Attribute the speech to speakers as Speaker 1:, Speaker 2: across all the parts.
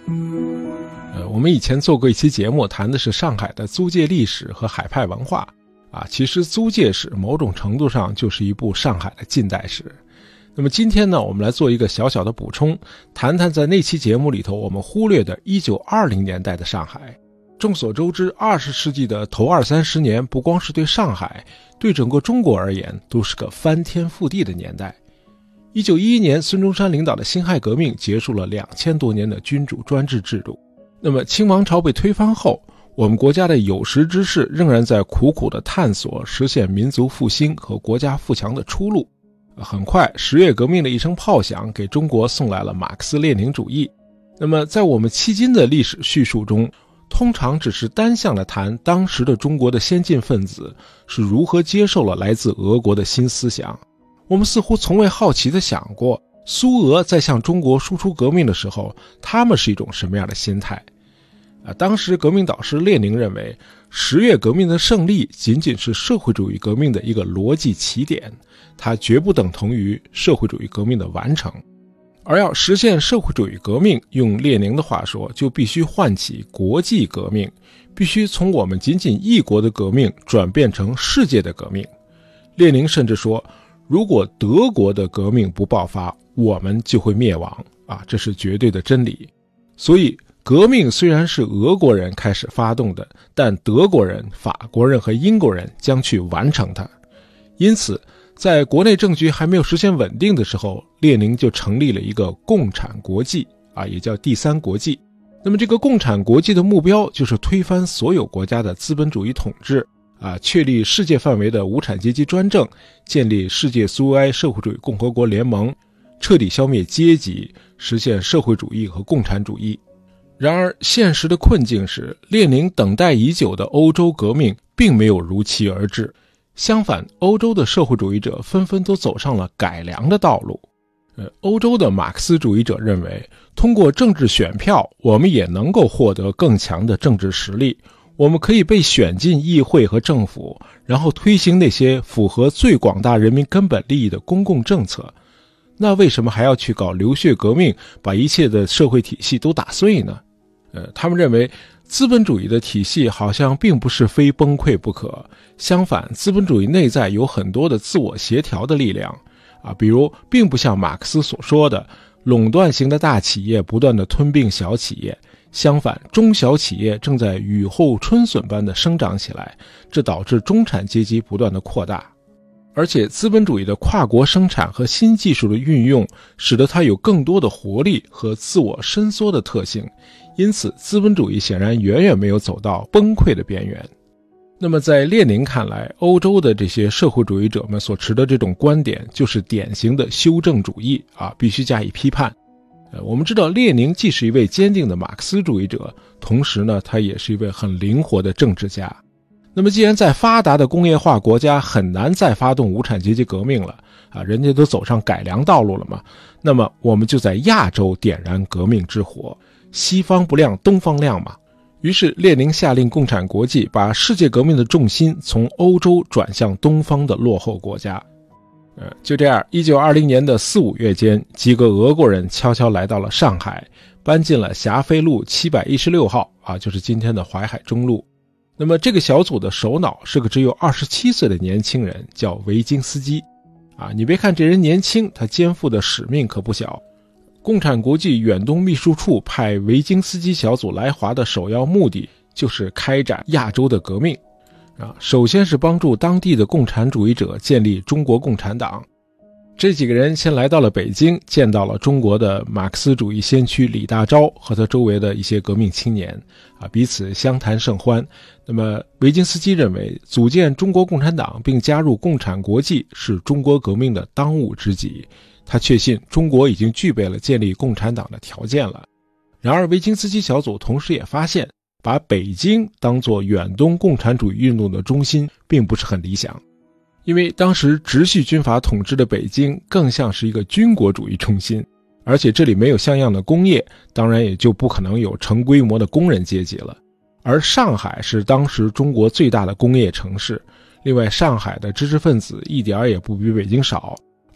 Speaker 1: 我们以前做过一期节目，谈的是上海的租界历史和海派文化其实租界史某种程度上就是一部上海的近代史。那么今天呢，我们来做一个小小的补充，谈谈在那期节目里头我们忽略的1920年代的上海。众所周知，20世纪的头20-30年不光是对上海，对整个中国而言都是个翻天覆地的年代。1911年孙中山领导的辛亥革命结束了2000多年的君主专制制度。那么清王朝被推翻后，我们国家的有识之士仍然在苦苦地探索实现民族复兴和国家富强的出路。很快十月革命的一声炮响给中国送来了马克思列宁主义。那么在我们迄今的历史叙述中，通常只是单向地谈当时的中国的先进分子是如何接受了来自俄国的新思想。我们似乎从未好奇地想过，苏俄在向中国输出革命的时候，他们是一种什么样的心态。当时革命导师列宁认为10月革命的胜利仅仅是社会主义革命的一个逻辑起点，它绝不等同于社会主义革命的完成。而要实现社会主义革命，用列宁的话说，就必须唤起国际革命，必须从我们仅仅一国的革命转变成世界的革命。列宁甚至说，如果德国的革命不爆发，我们就会灭亡这是绝对的真理。所以革命虽然是俄国人开始发动的，但德国人、法国人和英国人将去完成它。因此在国内政局还没有实现稳定的时候，列宁就成立了一个共产国际也叫第三国际。那么这个共产国际的目标就是推翻所有国家的资本主义统治确立世界范围的无产阶级专政，建立世界苏维埃社会主义共和国联盟，彻底消灭阶级，实现社会主义和共产主义。然而现实的困境是，列宁等待已久的欧洲革命并没有如期而至，相反，欧洲的社会主义者纷纷都走上了改良的道路。欧洲的马克思主义者认为，通过政治选票，我们也能够获得更强的政治实力，我们可以被选进议会和政府，然后推行那些符合最广大人民根本利益的公共政策。那为什么还要去搞流血革命，把一切的社会体系都打碎呢？他们认为资本主义的体系好像并不是非崩溃不可，相反，资本主义内在有很多的自我协调的力量比如并不像马克思所说的垄断型的大企业不断的吞并小企业，相反，中小企业正在雨后春笋般的生长起来，这导致中产阶级不断的扩大。而且资本主义的跨国生产和新技术的运用，使得它有更多的活力和自我伸缩的特性，因此资本主义显然远远没有走到崩溃的边缘。那么在列宁看来，欧洲的这些社会主义者们所持的这种观点就是典型的修正主义必须加以批判。我们知道列宁既是一位坚定的马克思主义者，同时呢，他也是一位很灵活的政治家。那么既然在发达的工业化国家很难再发动无产阶级革命了人家都走上改良道路了嘛，那么我们就在亚洲点燃革命之火，西方不亮东方亮嘛。于是列宁下令共产国际把世界革命的重心从欧洲转向东方的落后国家。就这样1920年的4、5月间，几个俄国人悄悄来到了上海，搬进了霞飞路716号就是今天的淮海中路。那么这个小组的首脑是个只有27岁的年轻人，叫维金斯基你别看这人年轻，他肩负的使命可不小。共产国际远东秘书处派维金斯基小组来华的首要目的就是开展亚洲的革命首先是帮助当地的共产主义者建立中国共产党。这几个人先来到了北京，见到了中国的马克思主义先驱李大钊和他周围的一些革命青年彼此相谈甚欢。那么维金斯基认为，组建中国共产党并加入共产国际是中国革命的当务之急，他确信中国已经具备了建立共产党的条件了。然而维金斯基小组同时也发现，把北京当作远东共产主义运动的中心并不是很理想，因为当时直系军阀统治的北京更像是一个军国主义中心，而且这里没有像样的工业，当然也就不可能有成规模的工人阶级了。而上海是当时中国最大的工业城市，另外上海的知识分子一点也不比北京少，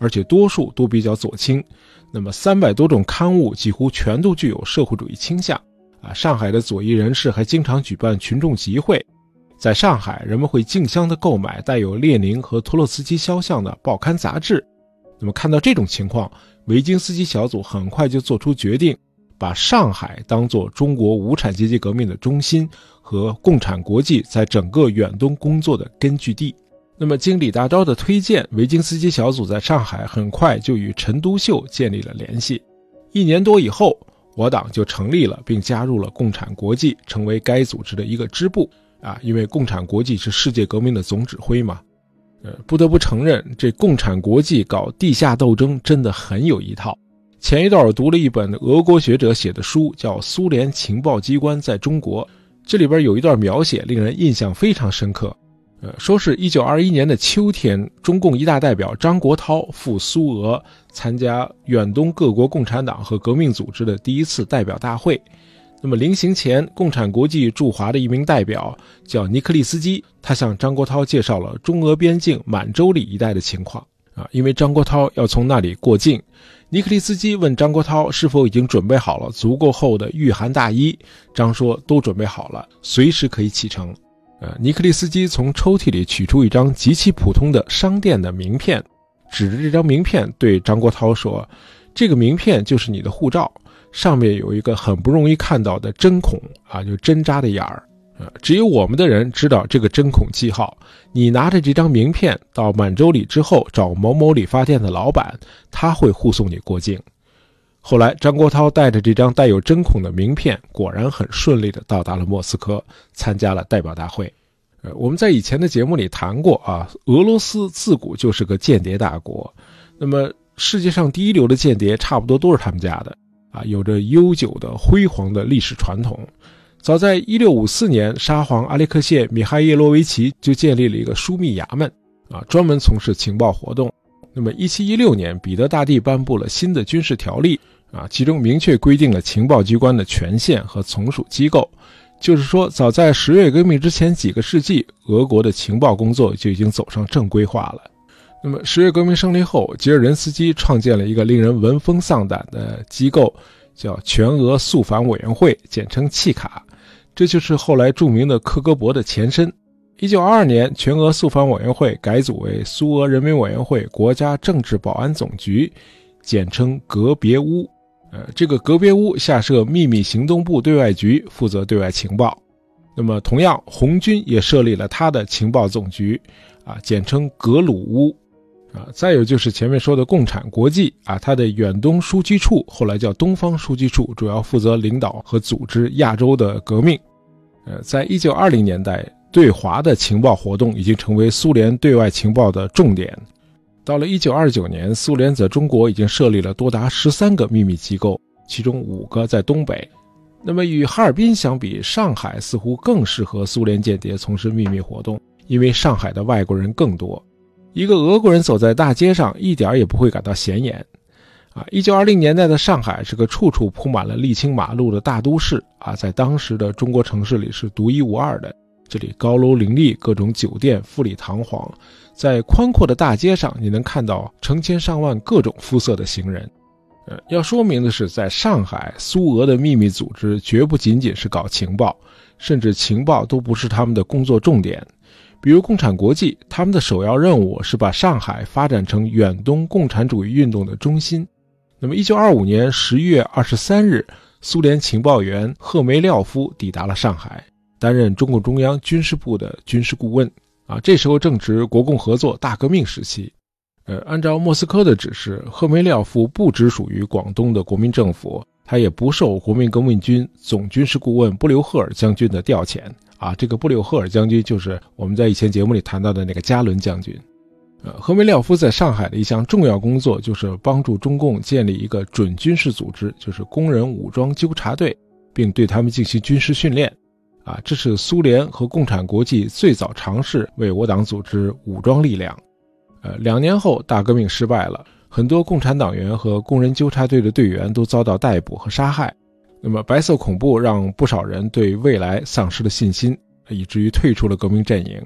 Speaker 1: 而且多数都比较左倾。那么300多种刊物几乎全都具有社会主义倾向。上海的左翼人士还经常举办群众集会。在上海，人们会竞相的购买带有列宁和托洛茨基肖像的报刊杂志。那么看到这种情况，维京斯基小组很快就做出决定，把上海当作中国无产阶级革命的中心和共产国际在整个远东工作的根据地。那么经李大钊的推荐，维京斯基小组在上海很快就与陈独秀建立了联系。1年多以后，我党就成立了并加入了共产国际，成为该组织的一个支部。因为共产国际是世界革命的总指挥嘛。不得不承认，这共产国际搞地下斗争真的很有一套。前一段我读了一本俄国学者写的书，叫《苏联情报机关在中国》，这里边有一段描写令人印象非常深刻。说是1921年的秋天，中共一大代表张国焘赴苏俄参加远东各国共产党和革命组织的第一次代表大会。那么临行前，共产国际驻华的一名代表叫尼克利斯基，他向张国焘介绍了中俄边境满洲里一带的情况。因为张国焘要从那里过境，尼克利斯基问张国焘是否已经准备好了足够厚的御寒大衣。张说都准备好了，随时可以启程。尼克利斯基从抽屉里取出一张极其普通的商店的名片，指着这张名片对张国焘说，这个名片就是你的护照，上面有一个很不容易看到的针孔就针扎的眼儿。只有我们的人知道这个针孔记号，你拿着这张名片到满洲里之后，找某某理发店的老板，他会护送你过境。后来张国焘带着这张带有针孔的名片，果然很顺利地到达了莫斯科，参加了代表大会。我们在以前的节目里谈过俄罗斯自古就是个间谍大国，那么世界上第一流的间谍差不多都是他们家的有着悠久的辉煌的历史传统。早在1654年，沙皇阿列克谢·米哈耶罗维奇就建立了一个枢密衙门专门从事情报活动。那么1716年，彼得大帝颁布了新的军事条例其中明确规定了情报机关的权限和从属机构。就是说，早在10月革命之前几个世纪，俄国的情报工作就已经走上正规化了。那么10月革命胜利后，吉尔任斯基创建了一个令人闻风丧胆的机构，叫全俄肃反委员会，简称契卡，这就是后来著名的克格勃的前身。1922年，全俄肃反委员会改组为苏俄人民委员会国家政治保安总局，简称格别乌。这个格别乌下设秘密行动部对外局，负责对外情报。那么同样，红军也设立了他的情报总局简称格鲁乌。再有就是前面说的共产国际它的远东书记处后来叫东方书记处，主要负责领导和组织亚洲的革命。在1920年代，对华的情报活动已经成为苏联对外情报的重点。到了1929年，苏联在中国已经设立了多达13个秘密机构，其中5个在东北。那么与哈尔滨相比，上海似乎更适合苏联间谍从事秘密活动，因为上海的外国人更多。一个俄国人走在大街上，一点也不会感到显眼。1920年代的上海是个处处铺满了沥青马路的大都市在当时的中国城市里是独一无二的。这里高楼林立，各种酒店富丽堂皇，在宽阔的大街上，你能看到成千上万各种肤色的行人。要说明的是，在上海，苏俄的秘密组织绝不仅仅是搞情报，甚至情报都不是他们的工作重点。比如共产国际，他们的首要任务是把上海发展成远东共产主义运动的中心。那么1925年10月23日，苏联情报员赫梅廖夫抵达了上海，担任中共中央军事部的军事顾问这时候正值国共合作大革命时期。按照莫斯科的指示，赫梅廖夫不直属于广东的国民政府，他也不受国民革命军总军事顾问布留赫尔将军的调遣这个布留赫尔将军就是我们在以前节目里谈到的那个加伦将军。赫梅廖夫在上海的一项重要工作就是帮助中共建立一个准军事组织，就是工人武装纠察队，并对他们进行军事训练这是苏联和共产国际最早尝试为我党组织武装力量。2年后大革命失败了，很多共产党员和工人纠察队的队员都遭到逮捕和杀害。那么白色恐怖让不少人对未来丧失了信心，以至于退出了革命阵营。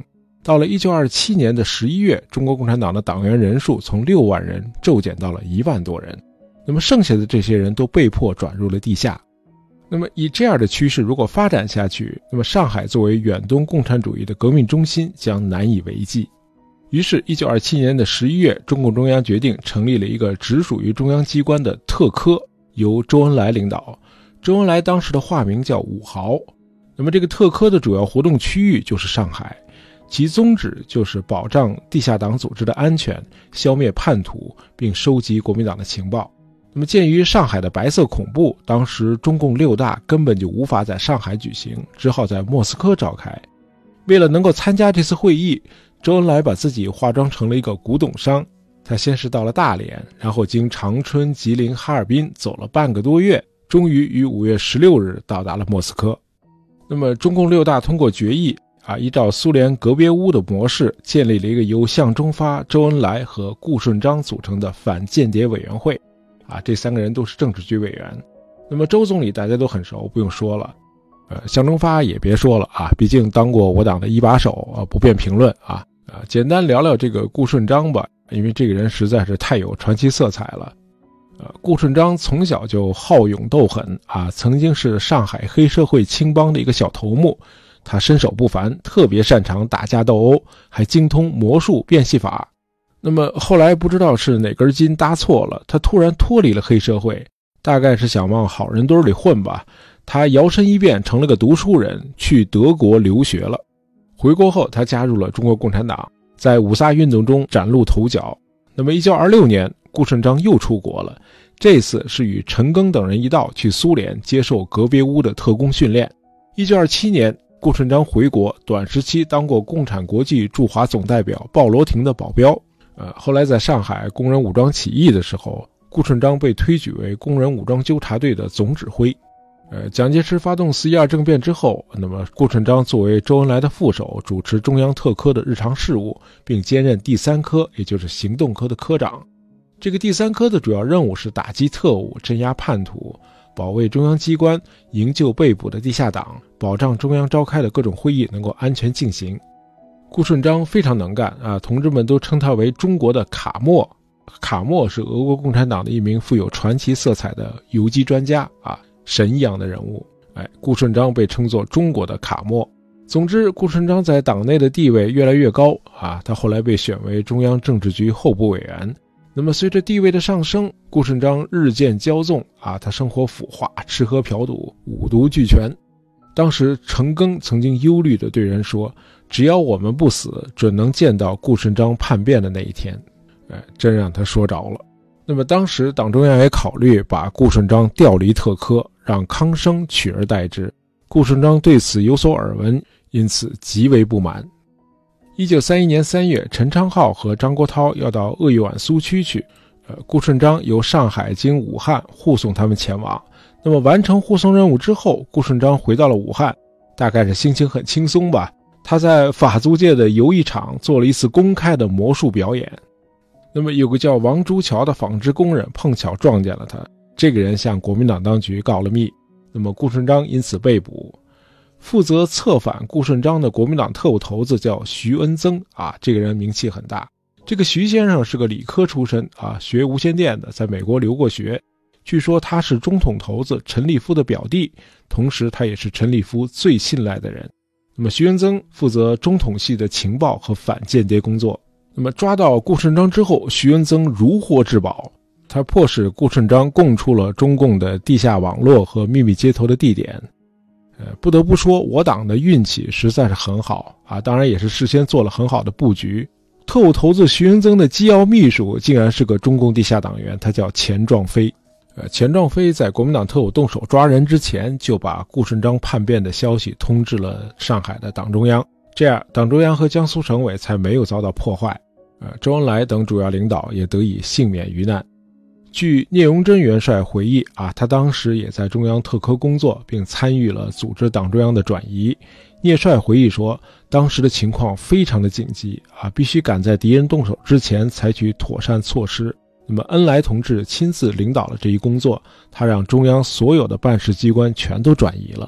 Speaker 1: 到了1927年的11月，中国共产党的党员人数从6万人骤减到了1万多人。那么剩下的这些人都被迫转入了地下。那么以这样的趋势如果发展下去，那么上海作为远东共产主义的革命中心将难以为继。于是1927年的11月，中共中央决定成立了一个直属于中央机关的特科，由周恩来领导。周恩来当时的化名叫武豪。那么这个特科的主要活动区域就是上海，其宗旨就是保障地下党组织的安全，消灭叛徒，并收集国民党的情报。那么鉴于上海的白色恐怖，当时中共6大根本就无法在上海举行，只好在莫斯科召开。为了能够参加这次会议，周恩来把自己化妆成了一个古董商。他先是到了大连，然后经长春、吉林、哈尔滨走了半个多月，终于于5月16日到达了莫斯科。那么中共6大通过决议依照苏联格别乌的模式，建立了一个由向忠发、周恩来和顾顺章组成的反间谍委员会。这3个人都是政治局委员。那么周总理大家都很熟，不用说了。向忠发也别说了毕竟当过我党的一把手，不便评论简单聊聊这个顾顺章吧，因为这个人实在是太有传奇色彩了。顾顺章从小就好勇斗狠曾经是上海黑社会青帮的一个小头目。他身手不凡，特别擅长打架斗殴，还精通魔术变戏法。那么后来不知道是哪根筋搭错了，他突然脱离了黑社会，大概是想往好人堆里混吧。他摇身一变成了个读书人，去德国留学了。回国后他加入了中国共产党，在五卅运动中崭露头角。那么1926年顾顺章又出国了，这次是与陈赓等人一道去苏联接受格别乌的特工训练。1927年顾顺章回国，短时期当过共产国际驻华总代表鲍罗廷的保镖。后来在上海工人武装起义的时候，顾顺章被推举为工人武装纠察队的总指挥。蒋介石发动4·12政变之后，那么顾顺章作为周恩来的副手，主持中央特科的日常事务，并兼任第3科，也就是行动科的科长。这个第3科的主要任务是打击特务、镇压叛徒、保卫中央机关、营救被捕的地下党，保障中央召开的各种会议能够安全进行。顾顺章非常能干同志们都称他为中国的卡默。卡默是俄国共产党的一名富有传奇色彩的游击专家神一样的人物。顾顺章被称作中国的卡默。总之，顾顺章在党内的地位越来越高他后来被选为中央政治局候补委员。那么随着地位的上升，顾顺章日渐骄纵他生活腐化，吃喝嫖赌，五毒俱全。当时陈赓曾经忧虑地对人说，只要我们不死，准能见到顾顺章叛变的那一天。真让他说着了。那么当时党中央也考虑把顾顺章调离特科，让康生取而代之。顾顺章对此有所耳闻，因此极为不满。1931年3月，陈昌浩和张国焘要到鄂豫皖苏区去，顾顺章由上海经武汉护送他们前往。那么完成护送任务之后，顾顺章回到了武汉，大概是心情很轻松吧。他在法租界的游艺场做了一次公开的魔术表演。那么有个叫王竹桥的纺织工人碰巧撞见了他，这个人向国民党当局告了密，那么顾顺章因此被捕。负责策反顾顺章的国民党特务头子叫徐恩曾这个人名气很大。这个徐先生是个理科出身学无线电的，在美国留过学。据说他是中统头子陈立夫的表弟，同时他也是陈立夫最信赖的人。那么徐恩曾负责中统系的情报和反间谍工作。那么抓到顾顺章之后，徐恩曾如获至宝，他迫使顾顺章供出了中共的地下网络和秘密接头的地点。不得不说，我党的运气实在是很好当然也是事先做了很好的布局。特务头子徐恩曾的机要秘书竟然是个中共地下党员，他叫钱壮飞。钱壮飞在国民党特务动手抓人之前，就把顾顺章叛变的消息通知了上海的党中央，这样党中央和江苏省委才没有遭到破坏。周恩来等主要领导也得以幸免于难。据聂荣臻元帅回忆他当时也在中央特科工作，并参与了组织党中央的转移。聂帅回忆说，当时的情况非常的紧急必须赶在敌人动手之前采取妥善措施。那么恩来同志亲自领导了这一工作，他让中央所有的办事机关全都转移了。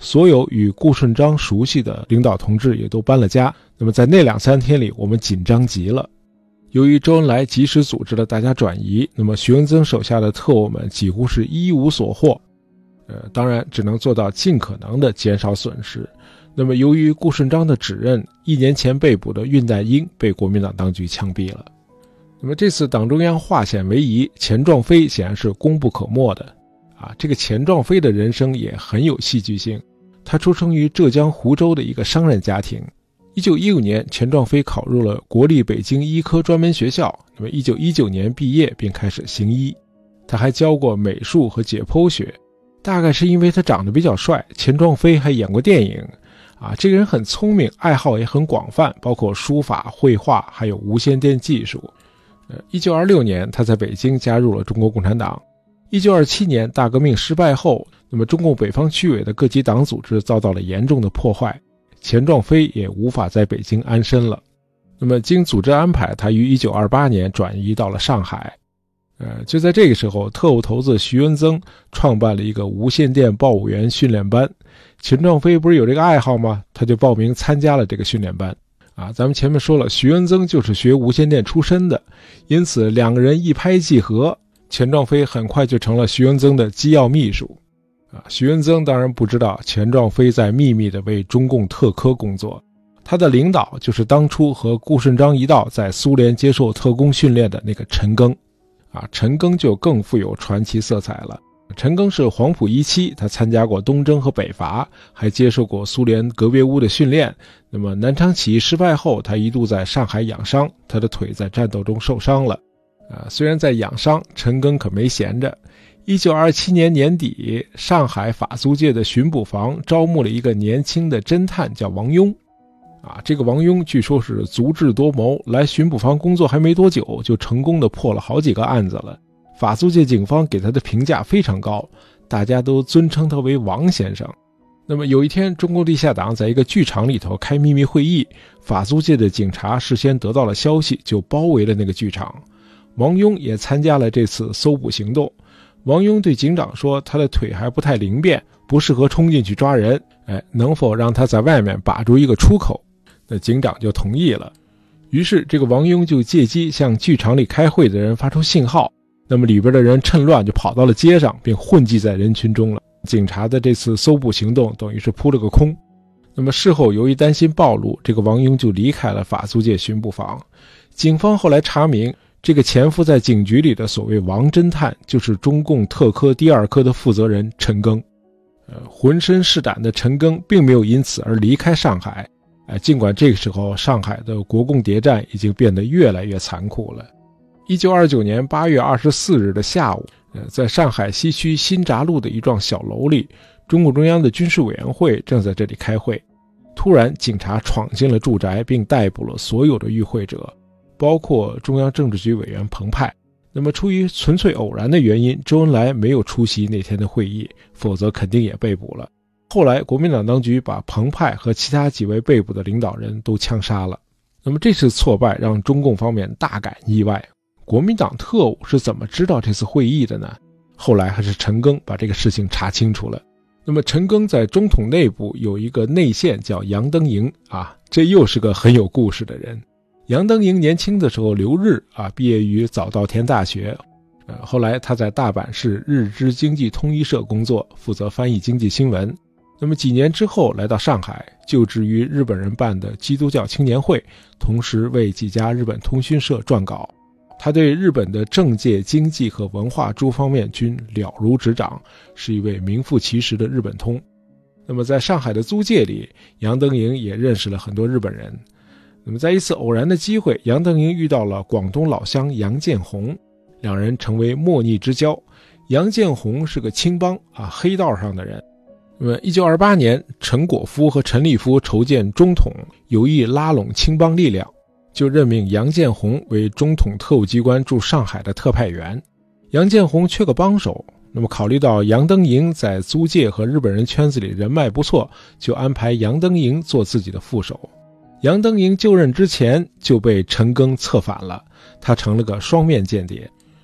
Speaker 1: 所有与顾顺章熟悉的领导同志也都搬了家。那么在那2-3天里，我们紧张极了。由于周恩来及时组织了大家转移，那么徐文增手下的特务们几乎是一无所获。当然只能做到尽可能的减少损失。那么由于顾顺章的指认，1年前被捕的恽代英被国民党当局枪毙了。那么这次党中央化险为夷，钱壮飞显然是功不可没的。这个钱壮飞的人生也很有戏剧性。他出生于浙江湖州的一个商人家庭。1915年，钱壮飞考入了国立北京医科专门学校。那么1919年毕业并开始行医。他还教过美术和解剖学。大概是因为他长得比较帅，钱壮飞还演过电影。这个人很聪明，爱好也很广泛，包括书法、绘画，还有无线电技术。1926年，他在北京加入了中国共产党。1927年大革命失败后，那么中共北方区委的各级党组织遭到了严重的破坏，钱壮飞也无法在北京安身了。那么经组织安排，他于1928年转移到了上海。就在这个时候，特务头子徐文增创办了一个无线电报务员训练班。钱壮飞不是有这个爱好吗？他就报名参加了这个训练班。咱们前面说了，徐文增就是学无线电出身的，因此2个人一拍即合。钱壮飞很快就成了徐文增的机要秘书。徐文增当然不知道钱壮飞在秘密地为中共特科工作，他的领导就是当初和顾顺章一道在苏联接受特工训练的那个陈赓。陈赓就更富有传奇色彩了。陈赓是黄埔一期，他参加过东征和北伐，还接受过苏联格别乌的训练。那么南昌起义失败后，他一度在上海养伤，他的腿在战斗中受伤了。虽然在养伤，陈赓可没闲着。1927年年底，上海法租界的巡捕房招募了一个年轻的侦探，叫王庸。这个王庸据说是足智多谋，来巡捕房工作还没多久，就成功的破了好几个案子了。法租界警方给他的评价非常高，大家都尊称他为王先生。那么有一天，中共地下党在一个剧场里头开秘密会议，法租界的警察事先得到了消息，就包围了那个剧场。王庸也参加了这次搜捕行动。王庸对警长说，他的腿还不太灵便，不适合冲进去抓人，能否让他在外面把住一个出口？那警长就同意了。于是这个王庸就借机向剧场里开会的人发出信号，那么里边的人趁乱就跑到了街上，并混迹在人群中了。警察的这次搜捕行动等于是扑了个空。那么事后由于担心暴露，这个王庸就离开了法租界巡捕房。警方后来查明，这个潜伏在警局里的所谓王侦探，就是中共特科第2科的负责人陈赓。浑身是胆的陈赓并没有因此而离开上海。尽管这个时候上海的国共谍战已经变得越来越残酷了。1929年8月24日的下午，在上海西区新闸路的一幢小楼里，中共中央的军事委员会正在这里开会。突然警察闯进了住宅，并逮捕了所有的与会者，包括中央政治局委员彭湃。那么出于纯粹偶然的原因，周恩来没有出席那天的会议，否则肯定也被捕了。后来国民党当局把彭湃和其他几位被捕的领导人都枪杀了。那么这次挫败让中共方面大感意外，国民党特务是怎么知道这次会议的呢？后来还是陈赓把这个事情查清楚了。那么陈赓在中统内部有一个内线叫杨登营这又是个很有故事的人。杨登营年轻的时候留日毕业于早稻田大学。后来他在大阪市日之经济通译社工作，负责翻译经济新闻。那么几年之后来到上海，就职于日本人办的基督教青年会，同时为几家日本通讯社撰稿。他对日本的政界、经济和文化诸方面均了如指掌，是一位名副其实的日本通。那么在上海的租界里，杨登营也认识了很多日本人。那么在一次偶然的机会，杨登营遇到了广东老乡杨建宏，两人成为莫逆之交。杨建宏是个青帮黑道上的人。那么1928年，陈果夫和陈立夫筹建中统，有意拉拢青帮力量，就任命杨建宏为中统特务机关驻上海的特派员。杨建宏缺个帮手，那么考虑到杨登营在租界和日本人圈子里人脉不错，就安排杨登营做自己的副手。杨登营就任之前就被陈赓策反了，他成了个双面间谍。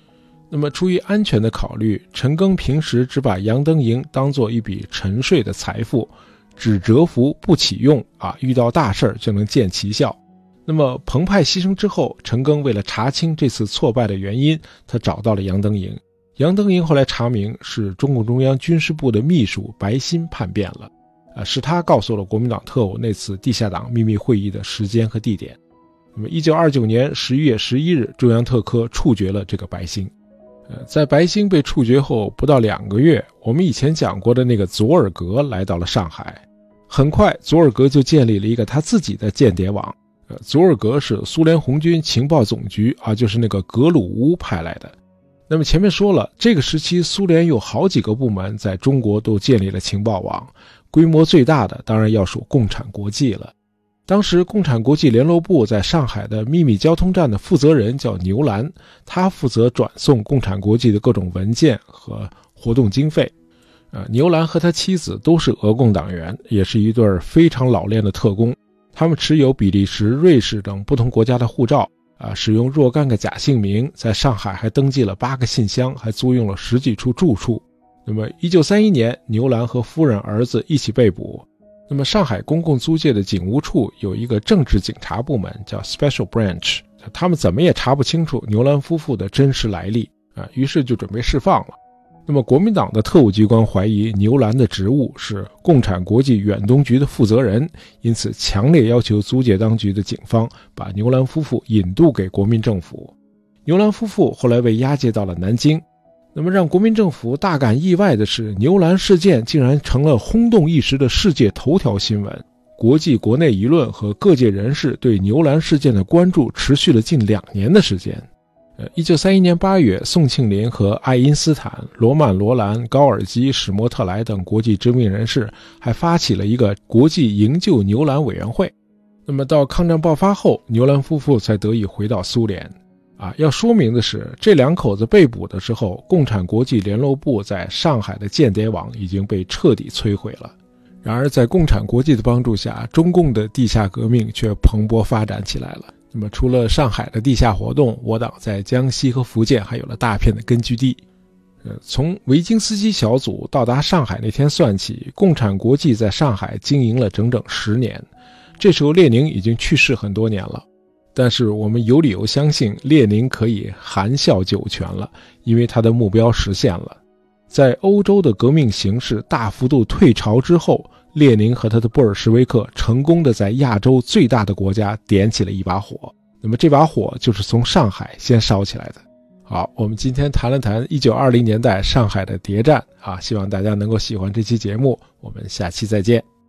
Speaker 1: 那么出于安全的考虑，陈赓平时只把杨登营当作一笔沉睡的财富，只蛰伏不启用遇到大事就能见奇效。那么彭湃牺牲之后，陈赓为了查清这次挫败的原因，他找到了杨登营。杨登营后来查明是中共中央军事部的秘书白欣叛变了，是他告诉了国民党特务那次地下党秘密会议的时间和地点。那么1929年11月11日，中央特科处决了这个白欣。在白欣被处决后不到2个月，我们以前讲过的那个佐尔格来到了上海。很快佐尔格就建立了一个他自己的间谍网。佐尔格是苏联红军情报总局就是那个格鲁乌派来的。那么前面说了，这个时期苏联有好几个部门在中国都建立了情报网，规模最大的当然要数共产国际了。当时共产国际联络部在上海的秘密交通站的负责人叫牛兰，他负责转送共产国际的各种文件和活动经费。牛兰和他妻子都是俄共党员，也是一对非常老练的特工。他们持有比利时、瑞士等不同国家的护照，使用若干个假姓名，在上海还登记了8个信箱，还租用了10几处住处。那么1931年，牛兰和夫人儿子一起被捕。那么上海公共租界的警务处有一个政治警察部门叫 Special Branch， 他们怎么也查不清楚牛兰夫妇的真实来历，于是就准备释放了。那么国民党的特务机关怀疑牛兰的职务是共产国际远东局的负责人，因此强烈要求租界当局的警方把牛兰夫妇引渡给国民政府。牛兰夫妇后来被押解到了南京。那么让国民政府大感意外的是，牛兰事件竟然成了轰动一时的世界头条新闻。国际国内舆论和各界人士对牛兰事件的关注持续了近2年的时间。1931年8月，宋庆龄和爱因斯坦、罗曼·罗兰、高尔基、史莫特莱等国际知名人士还发起了一个国际营救牛兰委员会。那么到抗战爆发后，牛兰夫妇才得以回到苏联。要说明的是，这2口子被捕的时候，共产国际联络部在上海的间谍网已经被彻底摧毁了。然而在共产国际的帮助下，中共的地下革命却蓬勃发展起来了。那么除了上海的地下活动，我党在江西和福建还有了大片的根据地。从维京斯基小组到达上海那天算起，共产国际在上海经营了整整10年。这时候列宁已经去世很多年了。但是我们有理由相信列宁可以含笑九泉了，因为他的目标实现了。在欧洲的革命形势大幅度退潮之后，列宁和他的布尔什维克成功的在亚洲最大的国家点起了一把火。那么这把火就是从上海先烧起来的。好，我们今天谈了谈1920年代上海的谍战希望大家能够喜欢这期节目，我们下期再见。